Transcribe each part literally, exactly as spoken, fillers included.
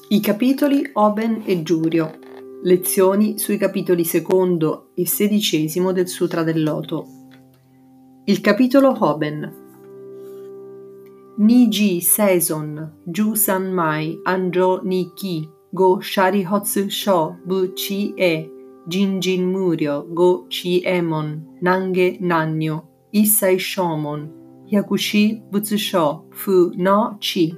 I capitoli Hoben e Giuryo. Lezioni sui capitoli secondo e sedicesimo del Sutra del Loto. Il capitolo Hoben. Niji Seison Jusan Mai Anjo Niki Go Shari Hotsu Sho Bu Chi E Jinjin Muryo Go Chi Emon Nange Nannyo Isai Shomon Hyakushi Butsusho Fu no Chi.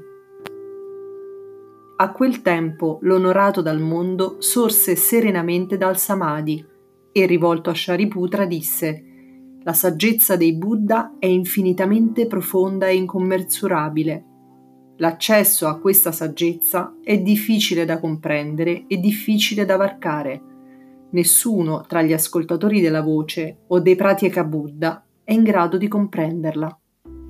A quel tempo l'onorato dal mondo sorse serenamente dal Samadhi e, rivolto a Shariputra, disse: «La saggezza dei Buddha è infinitamente profonda e incommensurabile. L'accesso a questa saggezza è difficile da comprendere e difficile da varcare. Nessuno tra gli ascoltatori della voce o dei Pratyeka Buddha è in grado di comprenderla».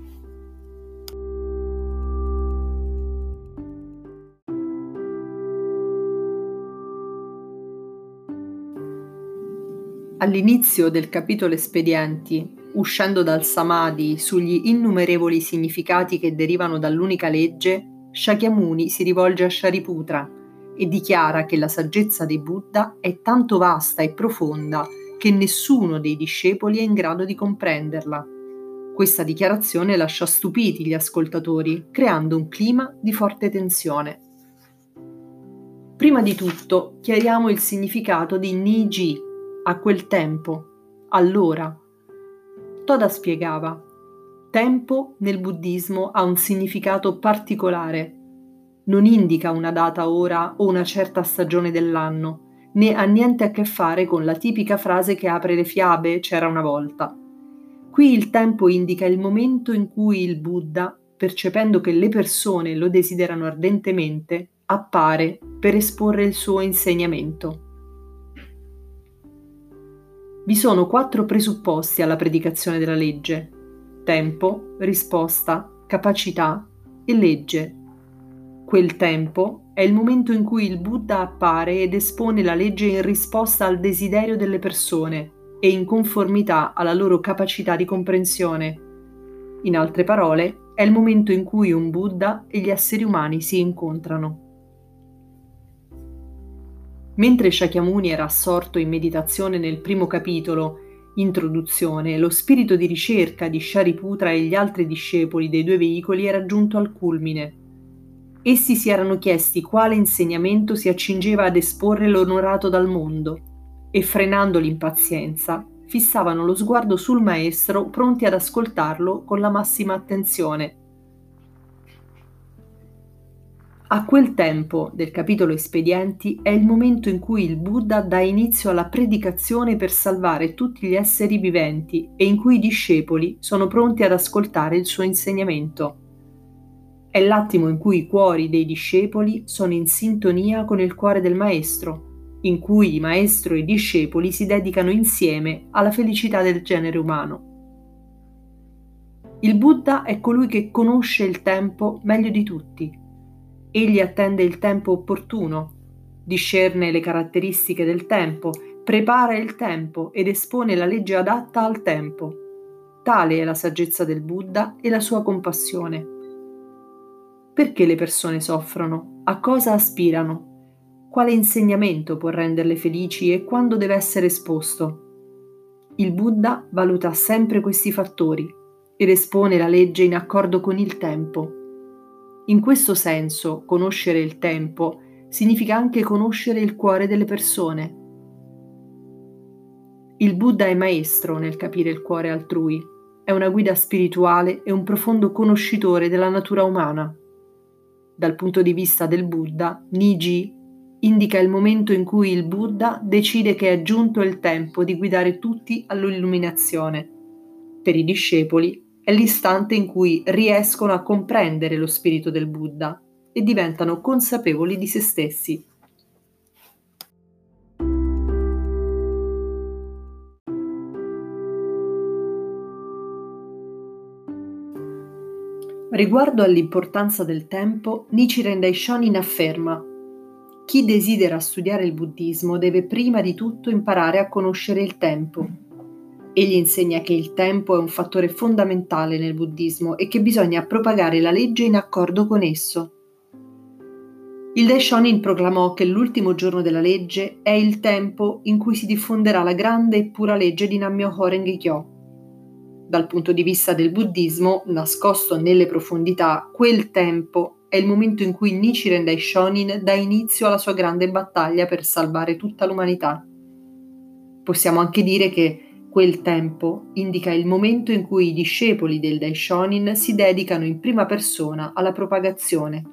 All'inizio del capitolo Espedienti, uscendo dal Samadhi sugli innumerevoli significati che derivano dall'unica legge, Shakyamuni si rivolge a Shariputra e dichiara che la saggezza dei Buddha è tanto vasta e profonda che nessuno dei discepoli è in grado di comprenderla. Questa dichiarazione lascia stupiti gli ascoltatori, creando un clima di forte tensione. Prima di tutto, chiariamo il significato di Niji. A quel tempo, allora. Toda spiegava: tempo nel buddismo ha un significato particolare. Non indica una data ora o una certa stagione dell'anno, né ha niente a che fare con la tipica frase che apre le fiabe «c'era una volta». Qui il tempo indica il momento in cui il Buddha, percependo che le persone lo desiderano ardentemente, appare per esporre il suo insegnamento. Vi sono quattro presupposti alla predicazione della legge: tempo, risposta, capacità e legge. Quel tempo è il momento in cui il Buddha appare ed espone la legge in risposta al desiderio delle persone e in conformità alla loro capacità di comprensione. In altre parole, è il momento in cui un Buddha e gli esseri umani si incontrano. Mentre Shakyamuni era assorto in meditazione nel primo capitolo, Introduzione, lo spirito di ricerca di Shariputra e gli altri discepoli dei due veicoli era giunto al culmine. Essi si erano chiesti quale insegnamento si accingeva ad esporre l'onorato dal mondo e, frenando l'impazienza, fissavano lo sguardo sul maestro, pronti ad ascoltarlo con la massima attenzione. A quel tempo del capitolo Espedienti è il momento in cui il Buddha dà inizio alla predicazione per salvare tutti gli esseri viventi e in cui i discepoli sono pronti ad ascoltare il suo insegnamento. È l'attimo in cui i cuori dei discepoli sono in sintonia con il cuore del Maestro, in cui il Maestro e i discepoli si dedicano insieme alla felicità del genere umano. Il Buddha è colui che conosce il tempo meglio di tutti. Egli attende il tempo opportuno, discerne le caratteristiche del tempo, prepara il tempo ed espone la legge adatta al tempo. Tale è la saggezza del Buddha e la sua compassione. Perché le persone soffrono? A cosa aspirano? Quale insegnamento può renderle felici e quando deve essere esposto? Il Buddha valuta sempre questi fattori ed espone la legge in accordo con il tempo. In questo senso, conoscere il tempo significa anche conoscere il cuore delle persone. Il Buddha è maestro nel capire il cuore altrui, è una guida spirituale e un profondo conoscitore della natura umana. Dal punto di vista del Buddha, Niji indica il momento in cui il Buddha decide che è giunto il tempo di guidare tutti all'illuminazione. Per i discepoli, è l'istante in cui riescono a comprendere lo spirito del Buddha e diventano consapevoli di se stessi. Riguardo all'importanza del tempo, Nichiren Daishonin afferma: chi desidera studiare il buddismo deve prima di tutto imparare a conoscere il tempo. Egli insegna che il tempo è un fattore fondamentale nel buddismo e che bisogna propagare la legge in accordo con esso. Il Daishonin proclamò che l'ultimo giorno della legge è il tempo in cui si diffonderà la grande e pura legge di Nam-myoho Renge-kyo. Dal punto di vista del buddismo, nascosto nelle profondità, quel tempo è il momento in cui Nichiren Daishonin dà inizio alla sua grande battaglia per salvare tutta l'umanità. Possiamo anche dire che quel tempo indica il momento in cui i discepoli del Daishonin si dedicano in prima persona alla propagazione.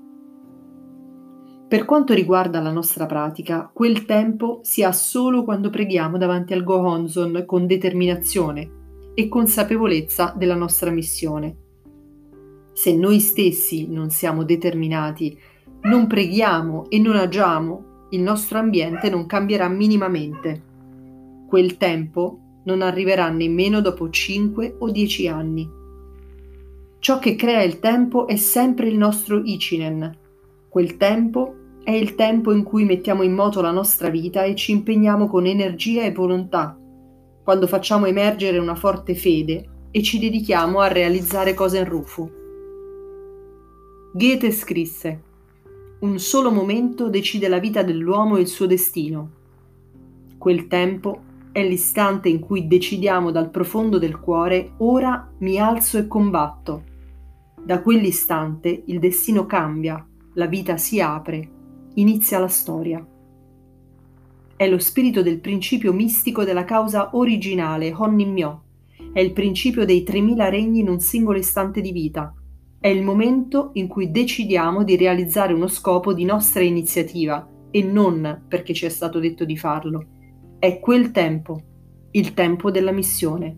Per quanto riguarda la nostra pratica, quel tempo si ha solo quando preghiamo davanti al Gohonzon con determinazione e consapevolezza della nostra missione. Se noi stessi non siamo determinati, non preghiamo e non agiamo, il nostro ambiente non cambierà minimamente. Quel tempo non arriverà nemmeno dopo cinque o dieci anni. Ciò che crea il tempo è sempre il nostro Ichinen. Quel tempo è il tempo in cui mettiamo in moto la nostra vita e ci impegniamo con energia e volontà, quando facciamo emergere una forte fede e ci dedichiamo a realizzare Kozen-Rufu. Goethe scrisse: «Un solo momento decide la vita dell'uomo e il suo destino. Quel tempo è l'istante in cui decidiamo dal profondo del cuore: ora mi alzo e combatto. Da quell'istante il destino cambia, la vita si apre, inizia la storia». È lo spirito del principio mistico della causa originale, Honnin-myo. È il principio dei tremila regni in un singolo istante di vita. È il momento in cui decidiamo di realizzare uno scopo di nostra iniziativa e non perché ci è stato detto di farlo. È quel tempo, il tempo della missione.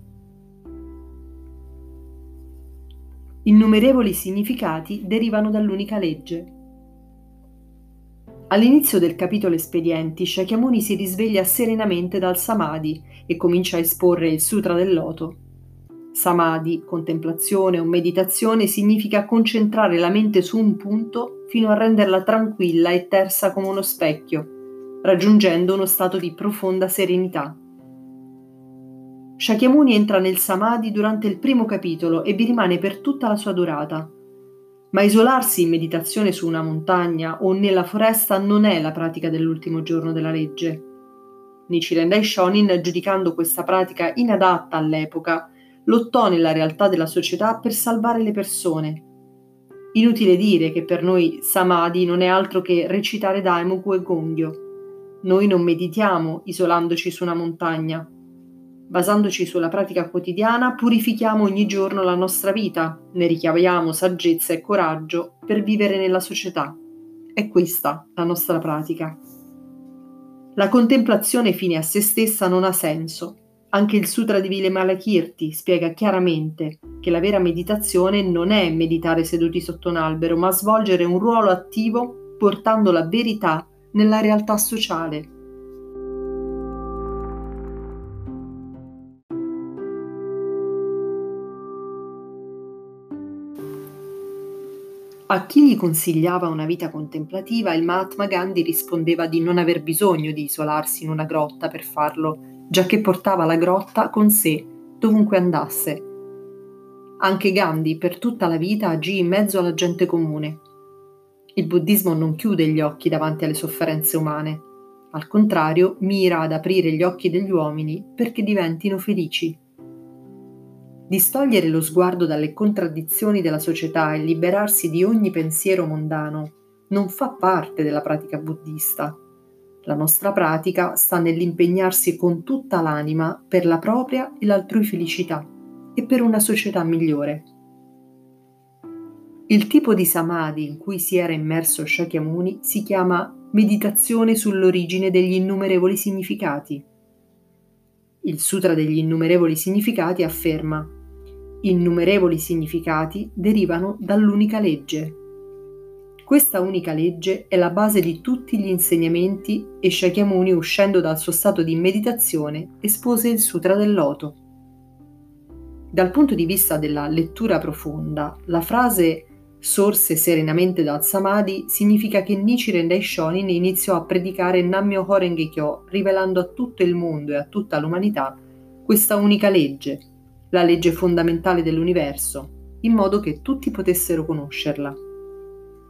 Innumerevoli significati derivano dall'unica legge. All'inizio del capitolo Espedienti, Shakyamuni si risveglia serenamente dal Samadhi e comincia a esporre il Sutra del Loto. Samadhi, contemplazione o meditazione, significa concentrare la mente su un punto fino a renderla tranquilla e tersa come uno specchio, raggiungendo uno stato di profonda serenità. Shakyamuni entra nel Samadhi durante il primo capitolo e vi rimane per tutta la sua durata. Ma isolarsi in meditazione su una montagna o nella foresta non è la pratica dell'ultimo giorno della legge. Nichiren Daishonin, giudicando questa pratica inadatta all'epoca, lottò nella realtà della società per salvare le persone. Inutile dire che per noi Samadhi non è altro che recitare Daimoku e Gongyo. Noi non meditiamo isolandoci su una montagna. Basandoci sulla pratica quotidiana, purifichiamo ogni giorno la nostra vita, ne richiamiamo saggezza e coraggio per vivere nella società. È questa la nostra pratica. La contemplazione fine a se stessa non ha senso. Anche il Sutra di Vimalakirti spiega chiaramente che la vera meditazione non è meditare seduti sotto un albero, ma svolgere un ruolo attivo portando la verità nella realtà sociale. A chi gli consigliava una vita contemplativa, il Mahatma Gandhi rispondeva di non aver bisogno di isolarsi in una grotta per farlo, giacché portava la grotta con sé dovunque andasse. Anche Gandhi per tutta la vita agì in mezzo alla gente comune. Il buddismo non chiude gli occhi davanti alle sofferenze umane, al contrario mira ad aprire gli occhi degli uomini perché diventino felici. Distogliere lo sguardo dalle contraddizioni della società e liberarsi di ogni pensiero mondano non fa parte della pratica buddista. La nostra pratica sta nell'impegnarsi con tutta l'anima per la propria e l'altrui felicità e per una società migliore. Il tipo di samadhi in cui si era immerso Shakyamuni si chiama meditazione sull'origine degli innumerevoli significati. Il Sutra degli innumerevoli significati afferma: innumerevoli significati derivano dall'unica legge. Questa unica legge è la base di tutti gli insegnamenti e Shakyamuni, uscendo dal suo stato di meditazione, espose il Sutra del Loto. Dal punto di vista della lettura profonda, la frase «sorse serenamente dal Samadhi» significa che Nichiren Daishonin iniziò a predicare Nam-myoho Renge-kyo, rivelando a tutto il mondo e a tutta l'umanità questa unica legge, la legge fondamentale dell'universo, in modo che tutti potessero conoscerla.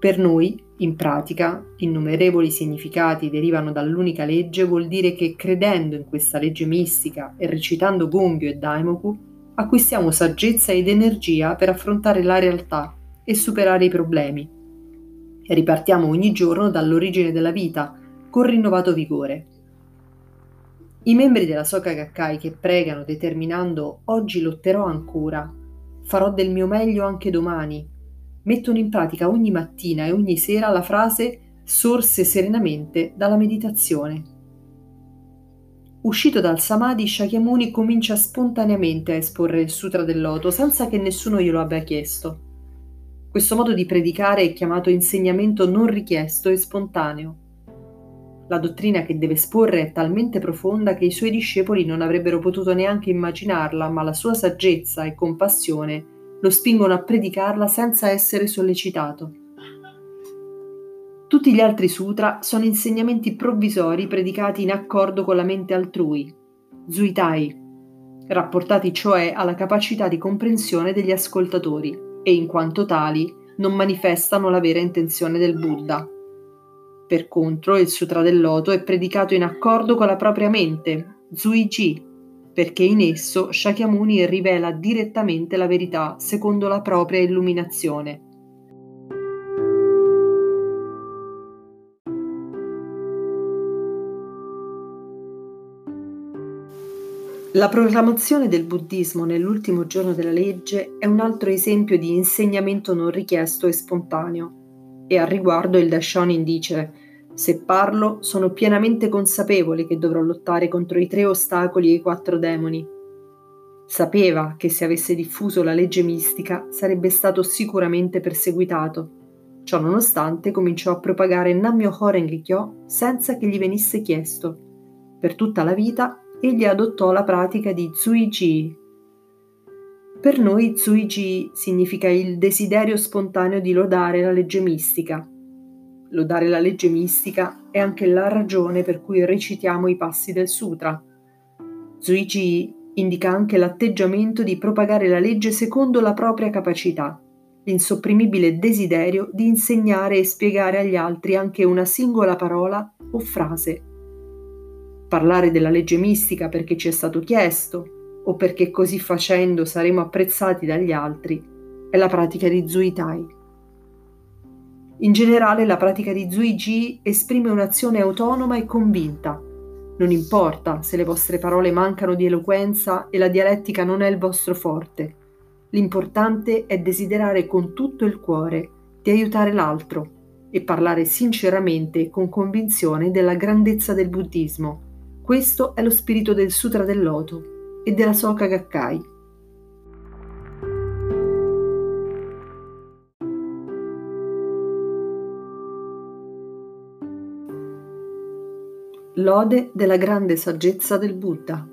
Per noi, in pratica, innumerevoli significati derivano dall'unica legge vuol dire che credendo in questa legge mistica e recitando Gongyo e Daimoku, acquistiamo saggezza ed energia per affrontare la realtà e superare i problemi. E ripartiamo ogni giorno dall'origine della vita, con rinnovato vigore. I membri della Soka Gakkai che pregano determinando «Oggi lotterò ancora», «Farò del mio meglio anche domani», mettono in pratica ogni mattina e ogni sera la frase «sorse serenamente dalla meditazione». Uscito dal Samadhi, Shakyamuni comincia spontaneamente a esporre il Sutra del Loto senza che nessuno glielo abbia chiesto. Questo modo di predicare è chiamato insegnamento non richiesto e spontaneo. La dottrina che deve esporre è talmente profonda che i suoi discepoli non avrebbero potuto neanche immaginarla, ma la sua saggezza e compassione lo spingono a predicarla senza essere sollecitato. Tutti gli altri sutra sono insegnamenti provvisori predicati in accordo con la mente altrui, zuitai, rapportati cioè alla capacità di comprensione degli ascoltatori e in quanto tali non manifestano la vera intenzione del Buddha. Per contro, il Sutra del Loto è predicato in accordo con la propria mente, zuiji, perché in esso Shakyamuni rivela direttamente la verità secondo la propria illuminazione. La proclamazione del buddismo nell'ultimo giorno della legge è un altro esempio di insegnamento non richiesto e spontaneo. E al riguardo il Daishonin dice: «Se parlo, sono pienamente consapevole che dovrò lottare contro i tre ostacoli e i quattro demoni». Sapeva che se avesse diffuso la legge mistica sarebbe stato sicuramente perseguitato. Ciò nonostante cominciò a propagare Nammyoho Renge Kyo senza che gli venisse chiesto. Per tutta la vita egli adottò la pratica di Zuiji. Per noi Zuiji significa il desiderio spontaneo di lodare la legge mistica. Lodare la legge mistica è anche la ragione per cui recitiamo i passi del sutra. Zuiji indica anche l'atteggiamento di propagare la legge secondo la propria capacità, l'insopprimibile desiderio di insegnare e spiegare agli altri anche una singola parola o frase. Parlare della legge mistica perché ci è stato chiesto o perché così facendo saremo apprezzati dagli altri è la pratica di Zuitai. In generale la pratica di Zuiji esprime un'azione autonoma e convinta. Non importa se le vostre parole mancano di eloquenza e la dialettica non è il vostro forte. L'importante è desiderare con tutto il cuore di aiutare l'altro e parlare sinceramente e con convinzione della grandezza del buddismo. Questo è lo spirito del Sutra del Loto e della Soka Gakkai. Lode della grande saggezza del Buddha.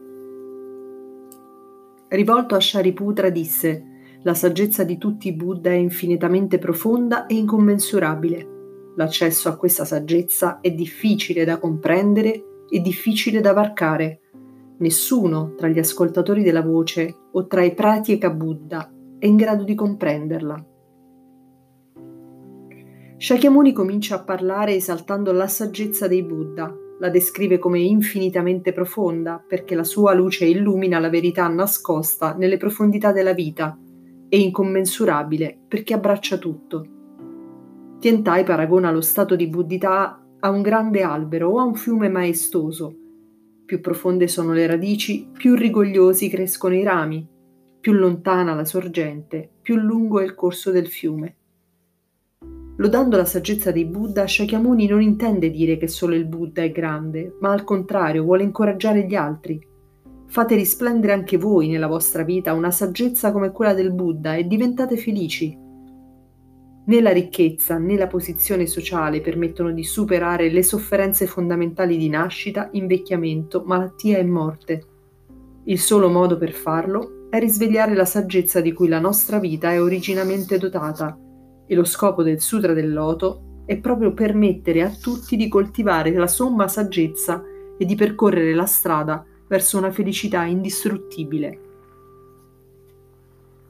Rivolto a Shariputra disse: «La saggezza di tutti i Buddha è infinitamente profonda e incommensurabile. L'accesso a questa saggezza è difficile da comprendere e difficile da varcare. Nessuno tra gli ascoltatori della voce o tra i Pratyeka Buddha è in grado di comprenderla». Shakyamuni comincia a parlare esaltando la saggezza dei Buddha. La descrive come infinitamente profonda perché la sua luce illumina la verità nascosta nelle profondità della vita e incommensurabile perché abbraccia tutto. Tientai paragona lo stato di buddhità a un grande albero o a un fiume maestoso. Più profonde sono le radici, più rigogliosi crescono i rami, più lontana la sorgente, più lungo è il corso del fiume. Lodando la saggezza dei Buddha, Shakyamuni non intende dire che solo il Buddha è grande, ma al contrario vuole incoraggiare gli altri. Fate risplendere anche voi nella vostra vita una saggezza come quella del Buddha e diventate felici. Né la ricchezza né la posizione sociale permettono di superare le sofferenze fondamentali di nascita, invecchiamento, malattia e morte. Il solo modo per farlo è risvegliare la saggezza di cui la nostra vita è originariamente dotata. E lo scopo del Sutra del Loto è proprio permettere a tutti di coltivare la somma saggezza e di percorrere la strada verso una felicità indistruttibile.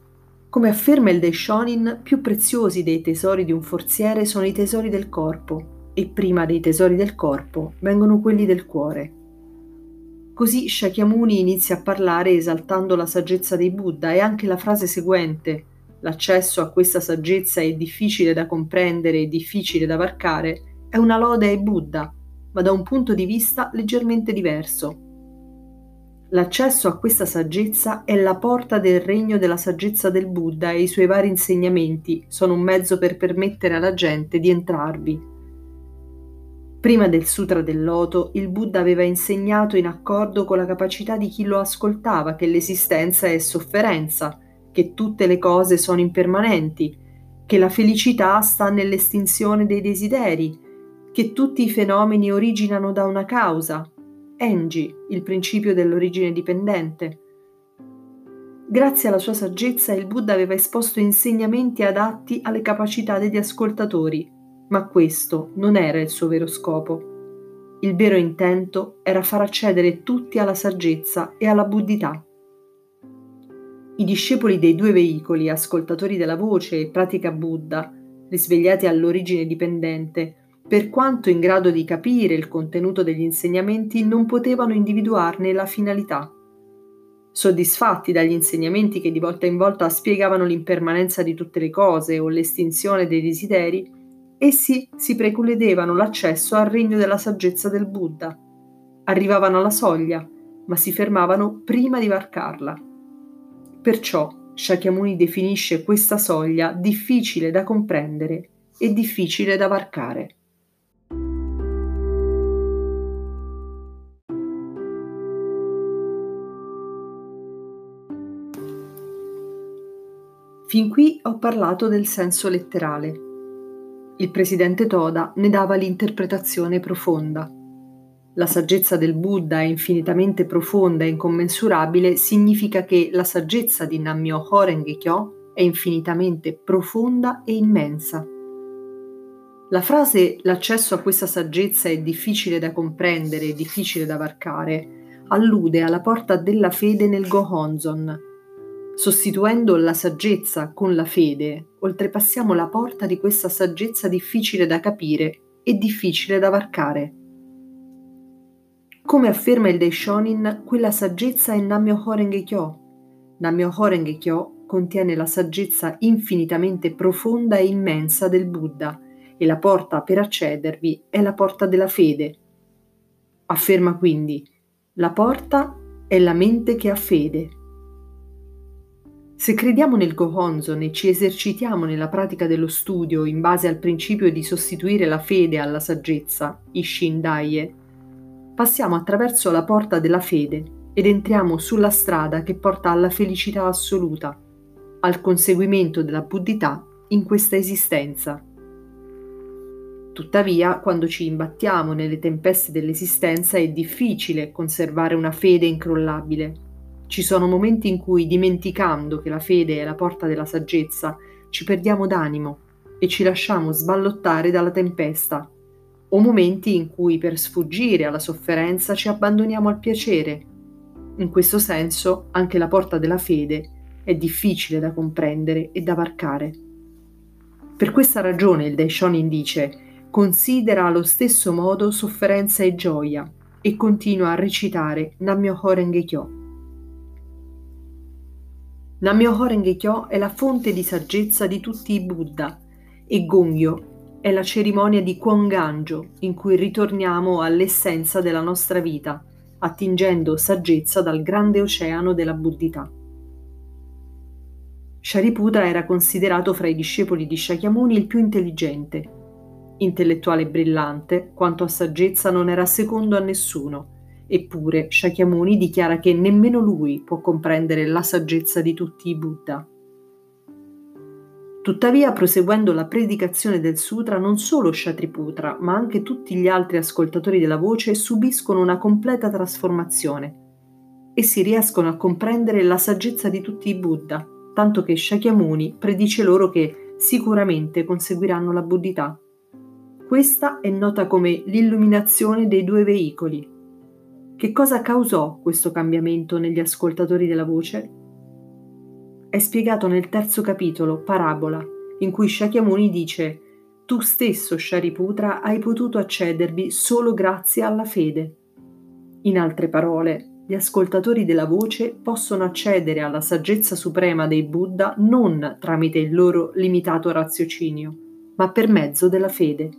Come afferma il Daishonin, più preziosi dei tesori di un forziere sono i tesori del corpo, e prima dei tesori del corpo vengono quelli del cuore. Così Shakyamuni inizia a parlare esaltando la saggezza dei Buddha, e anche la frase seguente: l'accesso a questa saggezza è difficile da comprendere e difficile da varcare, è una lode ai Buddha, ma da un punto di vista leggermente diverso. L'accesso a questa saggezza è la porta del regno della saggezza del Buddha, e i suoi vari insegnamenti sono un mezzo per permettere alla gente di entrarvi. Prima del Sutra del Loto, il Buddha aveva insegnato in accordo con la capacità di chi lo ascoltava che l'esistenza è sofferenza, che tutte le cose sono impermanenti, che la felicità sta nell'estinzione dei desideri, che tutti i fenomeni originano da una causa, Enji, il principio dell'origine dipendente. Grazie alla sua saggezza, il Buddha aveva esposto insegnamenti adatti alle capacità degli ascoltatori, ma questo non era il suo vero scopo. Il vero intento era far accedere tutti alla saggezza e alla buddhità. I discepoli dei due veicoli, ascoltatori della voce e pratica Buddha, risvegliati all'origine dipendente, per quanto in grado di capire il contenuto degli insegnamenti, non potevano individuarne la finalità. Soddisfatti dagli insegnamenti che di volta in volta spiegavano l'impermanenza di tutte le cose o l'estinzione dei desideri, essi si precludevano l'accesso al regno della saggezza del Buddha. Arrivavano alla soglia, ma si fermavano prima di varcarla. Perciò Shakyamuni definisce questa soglia difficile da comprendere e difficile da varcare. Fin qui ho parlato del senso letterale. Il presidente Toda ne dava l'interpretazione profonda. La saggezza del Buddha è infinitamente profonda e incommensurabile, significa che la saggezza di Nam-myoho Renge Kyo è infinitamente profonda e immensa. La frase «l'accesso a questa saggezza è difficile da comprendere e difficile da varcare» allude alla porta della fede nel Gohonzon. Sostituendo la saggezza con la fede, oltrepassiamo la porta di questa saggezza difficile da capire e difficile da varcare. Come afferma il Daishonin, quella saggezza è Nam-myoho Renge Kyo. Nam-myoho Renge Kyo contiene la saggezza infinitamente profonda e immensa del Buddha, e la porta per accedervi è la porta della fede. Afferma quindi: la porta è la mente che ha fede. Se crediamo nel Gohonzon e ci esercitiamo nella pratica dello studio in base al principio di sostituire la fede alla saggezza, Isshin Daiye, passiamo attraverso la porta della fede ed entriamo sulla strada che porta alla felicità assoluta, al conseguimento della buddhità in questa esistenza. Tuttavia, quando ci imbattiamo nelle tempeste dell'esistenza è difficile conservare una fede incrollabile. Ci sono momenti in cui, dimenticando che la fede è la porta della saggezza, ci perdiamo d'animo e ci lasciamo sballottare dalla tempesta, o momenti in cui, per sfuggire alla sofferenza, ci abbandoniamo al piacere. In questo senso, anche la porta della fede è difficile da comprendere e da varcare. Per questa ragione il Daishonin dice: considera allo stesso modo sofferenza e gioia, e continua a recitare Nam-myoho Renge Kyo. Nam-myoho Renge Kyo è la fonte di saggezza di tutti i Buddha, e Gongyo è la cerimonia di Kwon-ganjo in cui ritorniamo all'essenza della nostra vita, attingendo saggezza dal grande oceano della buddhità. Shariputra era considerato fra i discepoli di Shakyamuni il più intelligente. Intellettuale brillante, quanto a saggezza non era secondo a nessuno. Eppure Shakyamuni dichiara che nemmeno lui può comprendere la saggezza di tutti i Buddha. Tuttavia, proseguendo la predicazione del sutra, non solo Shariputra, ma anche tutti gli altri ascoltatori della voce subiscono una completa trasformazione. Essi riescono a comprendere la saggezza di tutti i Buddha, tanto che Shakyamuni predice loro che sicuramente conseguiranno la buddhità. Questa è nota come l'illuminazione dei due veicoli. Che cosa causò questo cambiamento negli ascoltatori della voce? è spiegato nel terzo capitolo, Parabola, in cui Shakyamuni dice: tu stesso, Shariputra, hai potuto accedervi solo grazie alla fede. In altre parole, gli ascoltatori della voce possono accedere alla saggezza suprema dei Buddha non tramite il loro limitato raziocinio, ma per mezzo della fede.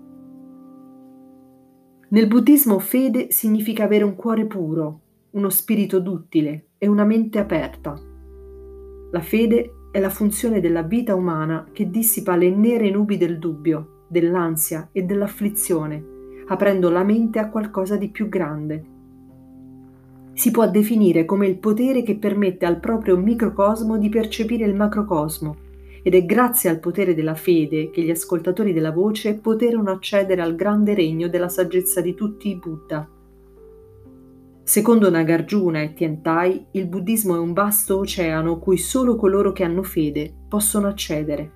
Nel buddismo fede significa avere un cuore puro, uno spirito duttile e una mente aperta. La fede è la funzione della vita umana che dissipa le nere nubi del dubbio, dell'ansia e dell'afflizione, aprendo la mente a qualcosa di più grande. Si può definire come il potere che permette al proprio microcosmo di percepire il macrocosmo, ed è grazie al potere della fede che gli ascoltatori della voce poterono accedere al grande regno della saggezza di tutti i Buddha. Secondo Nagarjuna e Tiantai, il buddismo è un vasto oceano cui solo coloro che hanno fede possono accedere.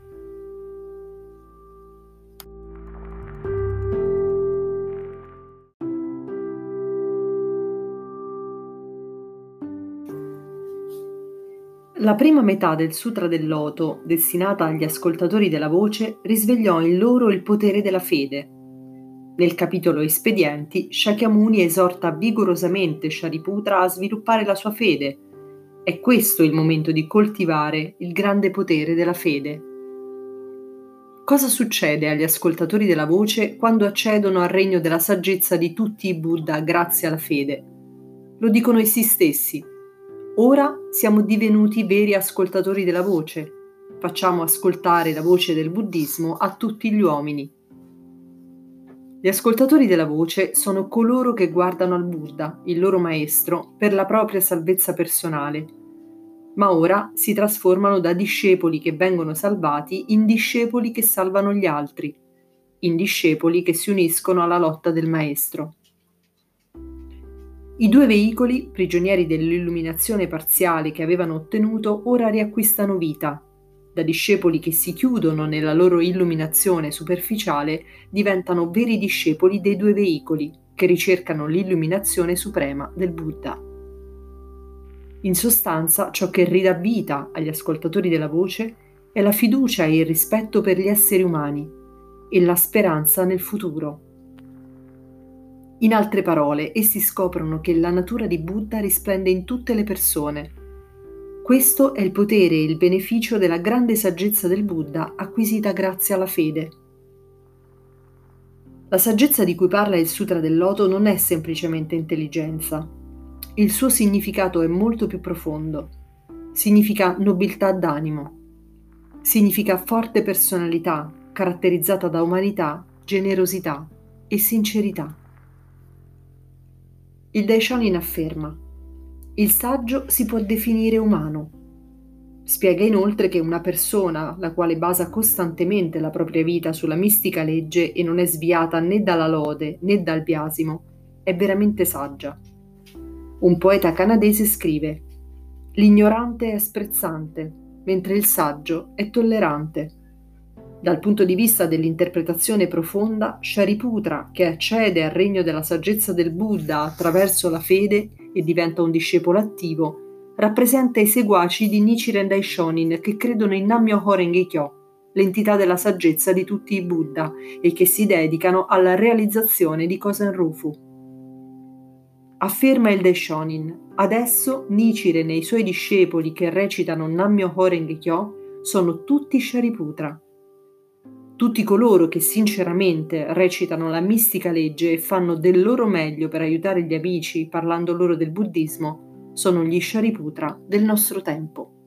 La prima metà del Sutra del Loto, destinata agli ascoltatori della voce, risvegliò in loro il potere della fede. Nel capitolo Espedienti, Shakyamuni esorta vigorosamente Shariputra a sviluppare la sua fede. È questo il momento di coltivare il grande potere della fede. Cosa succede agli ascoltatori della voce quando accedono al regno della saggezza di tutti i Buddha grazie alla fede? Lo dicono essi stessi. Ora siamo divenuti veri ascoltatori della voce. Facciamo ascoltare la voce del buddismo a tutti gli uomini. Gli ascoltatori della voce sono coloro che guardano al Buddha, il loro maestro, per la propria salvezza personale. Ma ora si trasformano da discepoli che vengono salvati in discepoli che salvano gli altri, in discepoli che si uniscono alla lotta del maestro. I due veicoli, prigionieri dell'illuminazione parziale che avevano ottenuto, ora riacquistano vita. Da discepoli che si chiudono nella loro illuminazione superficiale, diventano veri discepoli dei due veicoli, che ricercano l'illuminazione suprema del Buddha. In sostanza, ciò che ridà vita agli ascoltatori della voce è la fiducia e il rispetto per gli esseri umani e la speranza nel futuro. In altre parole, essi scoprono che la natura di Buddha risplende in tutte le persone. Questo è il potere e il beneficio della grande saggezza del Buddha acquisita grazie alla fede. La saggezza di cui parla il Sutra del Loto non è semplicemente intelligenza. Il suo significato è molto più profondo. Significa nobiltà d'animo. Significa forte personalità, caratterizzata da umanità, generosità e sincerità. Il Daishonin afferma: il saggio si può definire umano. Spiega inoltre che una persona, la quale basa costantemente la propria vita sulla mistica legge e non è sviata né dalla lode né dal biasimo, è veramente saggia. Un poeta canadese scrive: l'ignorante è sprezzante, mentre il saggio è tollerante. Dal punto di vista dell'interpretazione profonda, Shariputra, che accede al regno della saggezza del Buddha attraverso la fede e diventa un discepolo attivo, rappresenta i seguaci di Nichiren Daishonin che credono in Nammyoho Renge Kyo, l'entità della saggezza di tutti i Buddha, e che si dedicano alla realizzazione di Kosen Rufu. Afferma il Daishonin: adesso Nichiren e i suoi discepoli che recitano Nammyoho Renge Kyo sono tutti Shariputra. Tutti coloro che sinceramente recitano la mistica legge e fanno del loro meglio per aiutare gli amici parlando loro del buddismo sono gli Shariputra del nostro tempo.